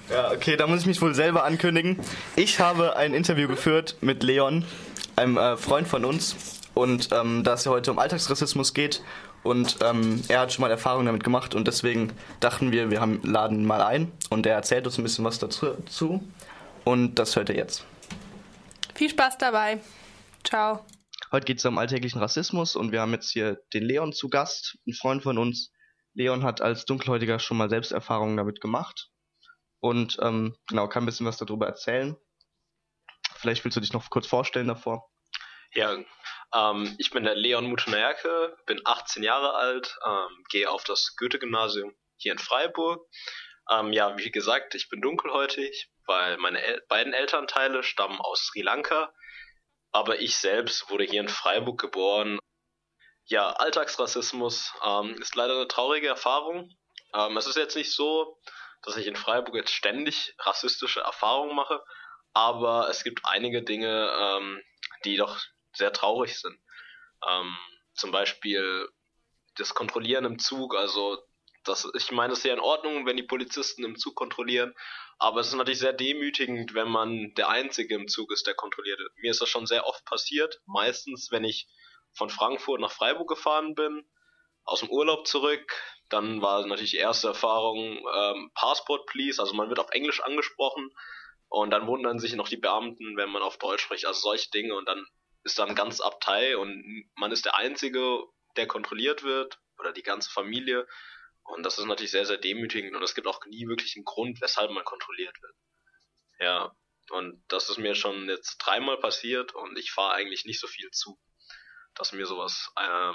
Ja, okay, da muss ich mich wohl selber ankündigen. Ich habe ein Interview geführt mit Leon, einem Freund von uns. Und da es ja heute um Alltagsrassismus geht und er hat schon mal Erfahrungen damit gemacht und deswegen dachten wir, laden ihn mal ein und er erzählt uns ein bisschen was dazu und das hört ihr jetzt. Viel Spaß dabei. Ciao. Heute geht es um alltäglichen Rassismus und wir haben jetzt hier den Leon zu Gast, ein Freund von uns. Leon hat als Dunkelhäutiger schon mal selbst Erfahrungen damit gemacht und genau, kann ein bisschen was darüber erzählen. Vielleicht willst du dich noch kurz vorstellen davor. Ja, ich bin der Leon Mutenerke, bin 18 Jahre alt, gehe auf das Goethe-Gymnasium hier in Freiburg. Ja, wie gesagt, ich bin dunkelhäutig, weil meine beiden Elternteile stammen aus Sri Lanka, aber ich selbst wurde hier in Freiburg geboren. Ja, Alltagsrassismus ist leider eine traurige Erfahrung. Es ist jetzt nicht so, dass ich in Freiburg jetzt ständig rassistische Erfahrungen mache, aber es gibt einige Dinge, die doch sehr traurig sind. Zum Beispiel das Kontrollieren im Zug, also ich meine, es ist ja in Ordnung, wenn die Polizisten im Zug kontrollieren, aber es ist natürlich sehr demütigend, wenn man der Einzige im Zug ist, der kontrolliert wird. Mir ist das schon sehr oft passiert, meistens wenn ich von Frankfurt nach Freiburg gefahren bin, aus dem Urlaub zurück, dann war natürlich die erste Erfahrung Passport please, also man wird auf Englisch angesprochen und dann wundern sich noch die Beamten, wenn man auf Deutsch spricht, also solche Dinge und dann ist dann ganz Abtei und man ist der Einzige, der kontrolliert wird oder die ganze Familie und das ist natürlich sehr, sehr demütigend und es gibt auch nie wirklich einen Grund, weshalb man kontrolliert wird. Ja, und das ist mir schon jetzt 3-mal passiert und ich fahre eigentlich nicht so viel Zug, dass mir sowas,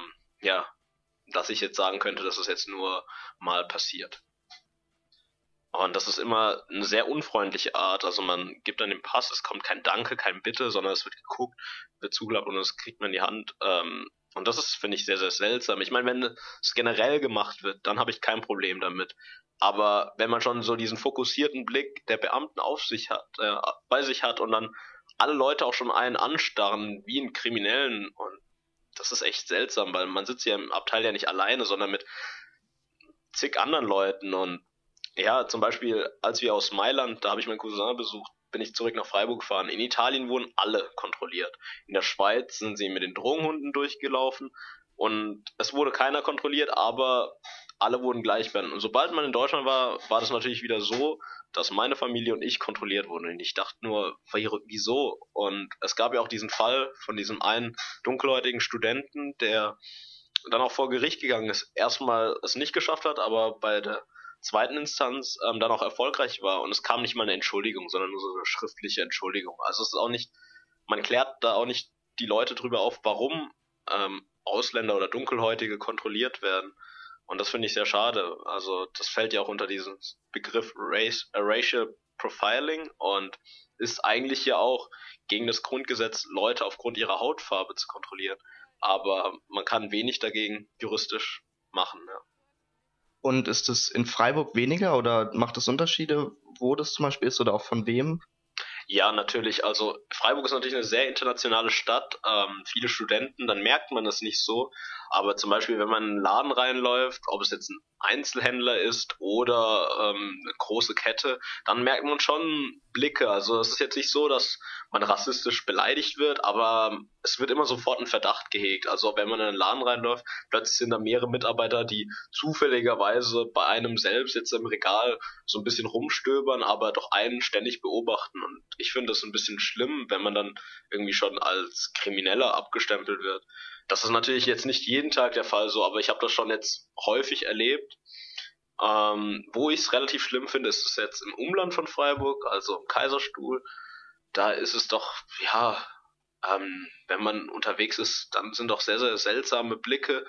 dass ich jetzt sagen könnte, dass es jetzt nur mal passiert. Und das ist immer eine sehr unfreundliche Art. Also man gibt dann den Pass, es kommt kein Danke, kein Bitte, sondern es wird geguckt, wird zugeklappt und es kriegt man in die Hand. Und das ist, finde ich, sehr, sehr seltsam. Ich meine, wenn es generell gemacht wird, dann habe ich kein Problem damit. Aber wenn man schon so diesen fokussierten Blick der Beamten bei sich hat und dann alle Leute auch schon einen anstarren, wie einen Kriminellen, und das ist echt seltsam, weil man sitzt ja im Abteil ja nicht alleine, sondern mit zig anderen Leuten und ja, zum Beispiel, als wir aus Mailand, da habe ich meinen Cousin besucht, bin ich zurück nach Freiburg gefahren. In Italien wurden alle kontrolliert. In der Schweiz sind sie mit den Drogenhunden durchgelaufen und es wurde keiner kontrolliert, aber alle wurden gleich behandelt. Und sobald man in Deutschland war, war das natürlich wieder so, dass meine Familie und ich kontrolliert wurden. Und ich dachte nur, wieso? Und es gab ja auch diesen Fall von diesem einen dunkelhäutigen Studenten, der dann auch vor Gericht gegangen ist. Erstmal es nicht geschafft hat, aber bei der zweiten Instanz dann auch erfolgreich war und es kam nicht mal eine Entschuldigung, sondern nur so eine schriftliche Entschuldigung. Also es ist auch nicht, man klärt da auch nicht die Leute drüber auf, warum Ausländer oder Dunkelhäutige kontrolliert werden. Und das finde ich sehr schade. Also das fällt ja auch unter diesen Begriff Racial Profiling und ist eigentlich ja auch gegen das Grundgesetz, Leute aufgrund ihrer Hautfarbe zu kontrollieren. Aber man kann wenig dagegen juristisch machen, ja. Und ist es in Freiburg weniger oder macht es Unterschiede, wo das zum Beispiel ist oder auch von wem? Ja, natürlich. Also Freiburg ist natürlich eine sehr internationale Stadt. Viele Studenten, dann merkt man das nicht so. Aber zum Beispiel, wenn man in einen Laden reinläuft, ob es jetzt ein Einzelhändler ist oder eine große Kette, dann merkt man schon Blicke. Also es ist jetzt nicht so, dass man rassistisch beleidigt wird, aber es wird immer sofort ein Verdacht gehegt. Also wenn man in einen Laden reinläuft, plötzlich sind da mehrere Mitarbeiter, die zufälligerweise bei einem selbst jetzt im Regal so ein bisschen rumstöbern, aber doch einen ständig beobachten. Und ich finde das ein bisschen schlimm, wenn man dann irgendwie schon als Krimineller abgestempelt wird. Das ist natürlich jetzt nicht jeden Tag der Fall so, aber ich habe das schon jetzt häufig erlebt. Wo ich es relativ schlimm finde, ist es jetzt im Umland von Freiburg, also im Kaiserstuhl. Da ist es doch, ja, wenn man unterwegs ist, dann sind doch sehr, sehr seltsame Blicke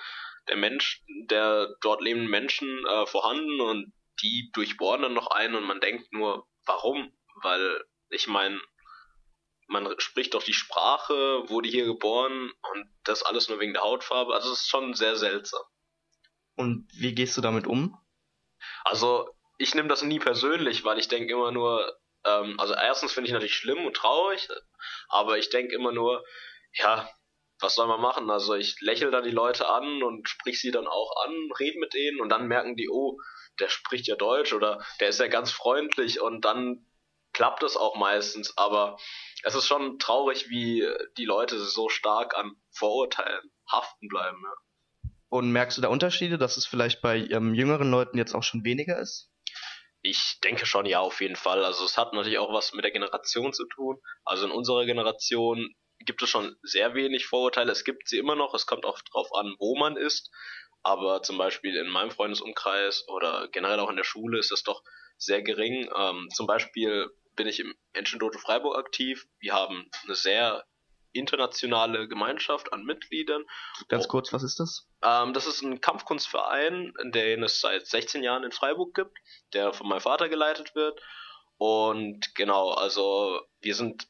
der dort lebenden Menschen vorhanden und die durchbohren dann noch einen und man denkt nur, warum? Weil, ich meine, man spricht doch die Sprache, wurde hier geboren und das alles nur wegen der Hautfarbe. Also es ist schon sehr seltsam. Und wie gehst du damit um? Also ich nehme das nie persönlich, weil ich denke immer nur, also erstens finde ich natürlich schlimm und traurig, aber ich denke immer nur, ja, was soll man machen? Also ich lächle dann die Leute an und sprich sie dann auch an, rede mit denen und dann merken die, oh, der spricht ja Deutsch oder der ist ja ganz freundlich und dann klappt es auch meistens, aber es ist schon traurig, wie die Leute so stark an Vorurteilen haften bleiben. Ja. Und merkst du da Unterschiede, dass es vielleicht bei jüngeren Leuten jetzt auch schon weniger ist? Ich denke schon, ja, auf jeden Fall. Also es hat natürlich auch was mit der Generation zu tun. Also in unserer Generation gibt es schon sehr wenig Vorurteile. Es gibt sie immer noch. Es kommt auch drauf an, wo man ist. Aber zum Beispiel in meinem Freundesumkreis oder generell auch in der Schule ist das doch sehr gering. Zum Beispiel bin ich im Institut Freiburg aktiv. Wir haben eine sehr internationale Gemeinschaft an Mitgliedern. Ganz kurz, was ist das? Das ist ein Kampfkunstverein, den es seit 16 Jahren in Freiburg gibt, der von meinem Vater geleitet wird. Und genau, also wir sind,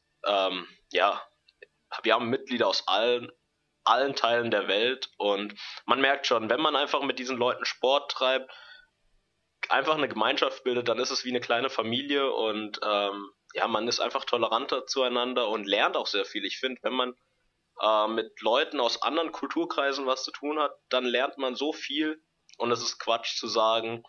wir haben Mitglieder aus allen Teilen der Welt und man merkt schon, wenn man einfach mit diesen Leuten Sport treibt, einfach eine Gemeinschaft bildet, dann ist es wie eine kleine Familie und man ist einfach toleranter zueinander und lernt auch sehr viel. Ich finde, wenn man mit Leuten aus anderen Kulturkreisen was zu tun hat, dann lernt man so viel und es ist Quatsch zu sagen,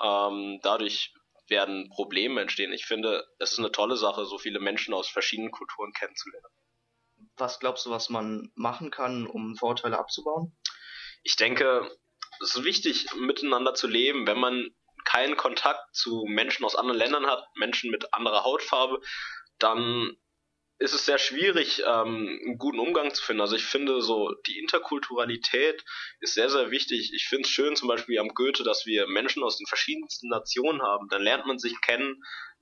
dadurch werden Probleme entstehen. Ich finde, es ist eine tolle Sache, so viele Menschen aus verschiedenen Kulturen kennenzulernen. Was glaubst du, was man machen kann, um Vorurteile abzubauen? Ich denke, es ist wichtig, miteinander zu leben, wenn man keinen Kontakt zu Menschen aus anderen Ländern hat, Menschen mit anderer Hautfarbe, dann ist es sehr schwierig, einen guten Umgang zu finden. Also ich finde so, die Interkulturalität ist sehr, sehr wichtig. Ich finde es schön zum Beispiel am Goethe, dass wir Menschen aus den verschiedensten Nationen haben. Dann lernt man sich kennen,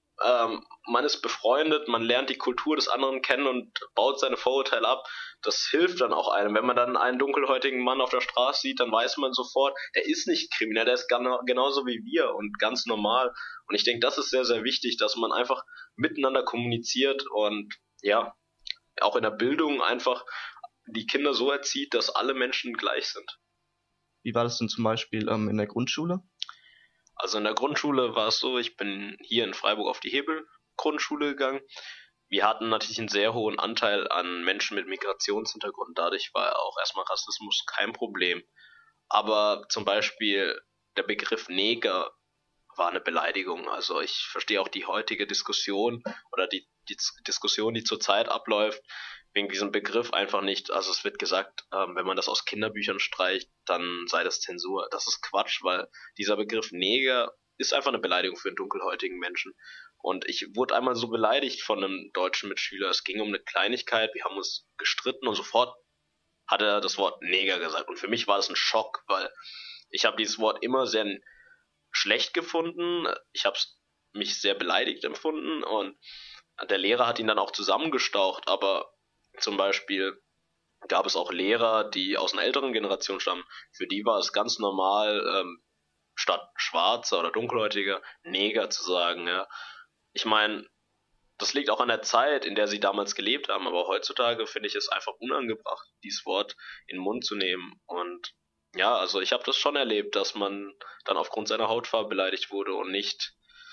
man ist befreundet, man lernt die Kultur des anderen kennen und baut seine Vorurteile ab. Das hilft dann auch einem. Wenn man dann einen dunkelhäutigen Mann auf der Straße sieht, dann weiß man sofort, der ist nicht kriminell, der ist genauso wie wir und ganz normal. Und ich denke, das ist sehr, sehr wichtig, dass man einfach miteinander kommuniziert und ja, auch in der Bildung einfach die Kinder so erzieht, dass alle Menschen gleich sind. Wie war das denn zum Beispiel in der Grundschule? Also in der Grundschule war es so, ich bin hier in Freiburg auf die Hebel-Grundschule gegangen. Wir hatten natürlich einen sehr hohen Anteil an Menschen mit Migrationshintergrund. Dadurch war auch erstmal Rassismus kein Problem. Aber zum Beispiel der Begriff Neger war eine Beleidigung. Also ich verstehe auch die heutige Diskussion oder die Diskussion, die zurzeit abläuft, wegen diesem Begriff einfach nicht. Also es wird gesagt, wenn man das aus Kinderbüchern streicht, dann sei das Zensur. Das ist Quatsch, weil dieser Begriff Neger ist einfach eine Beleidigung für einen dunkelhäutigen Menschen. Und ich wurde einmal so beleidigt von einem deutschen Mitschüler. Es ging um eine Kleinigkeit, wir haben uns gestritten und sofort hat er das Wort Neger gesagt. Und für mich war das ein Schock, weil ich habe dieses Wort immer sehr schlecht gefunden. Ich habe mich sehr beleidigt empfunden und der Lehrer hat ihn dann auch zusammengestaucht, aber zum Beispiel gab es auch Lehrer, die aus einer älteren Generation stammen. Für die war es ganz normal, statt schwarzer oder dunkelhäutiger Neger zu sagen. Ja. Ich meine, das liegt auch an der Zeit, in der sie damals gelebt haben, aber heutzutage finde ich es einfach unangebracht, dieses Wort in den Mund zu nehmen. Und ja, also ich habe das schon erlebt, dass man dann aufgrund seiner Hautfarbe beleidigt wurde und nicht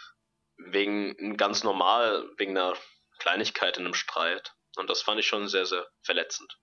wegen ganz normal, wegen einer Kleinigkeit in einem Streit. Und das fand ich schon sehr, sehr verletzend.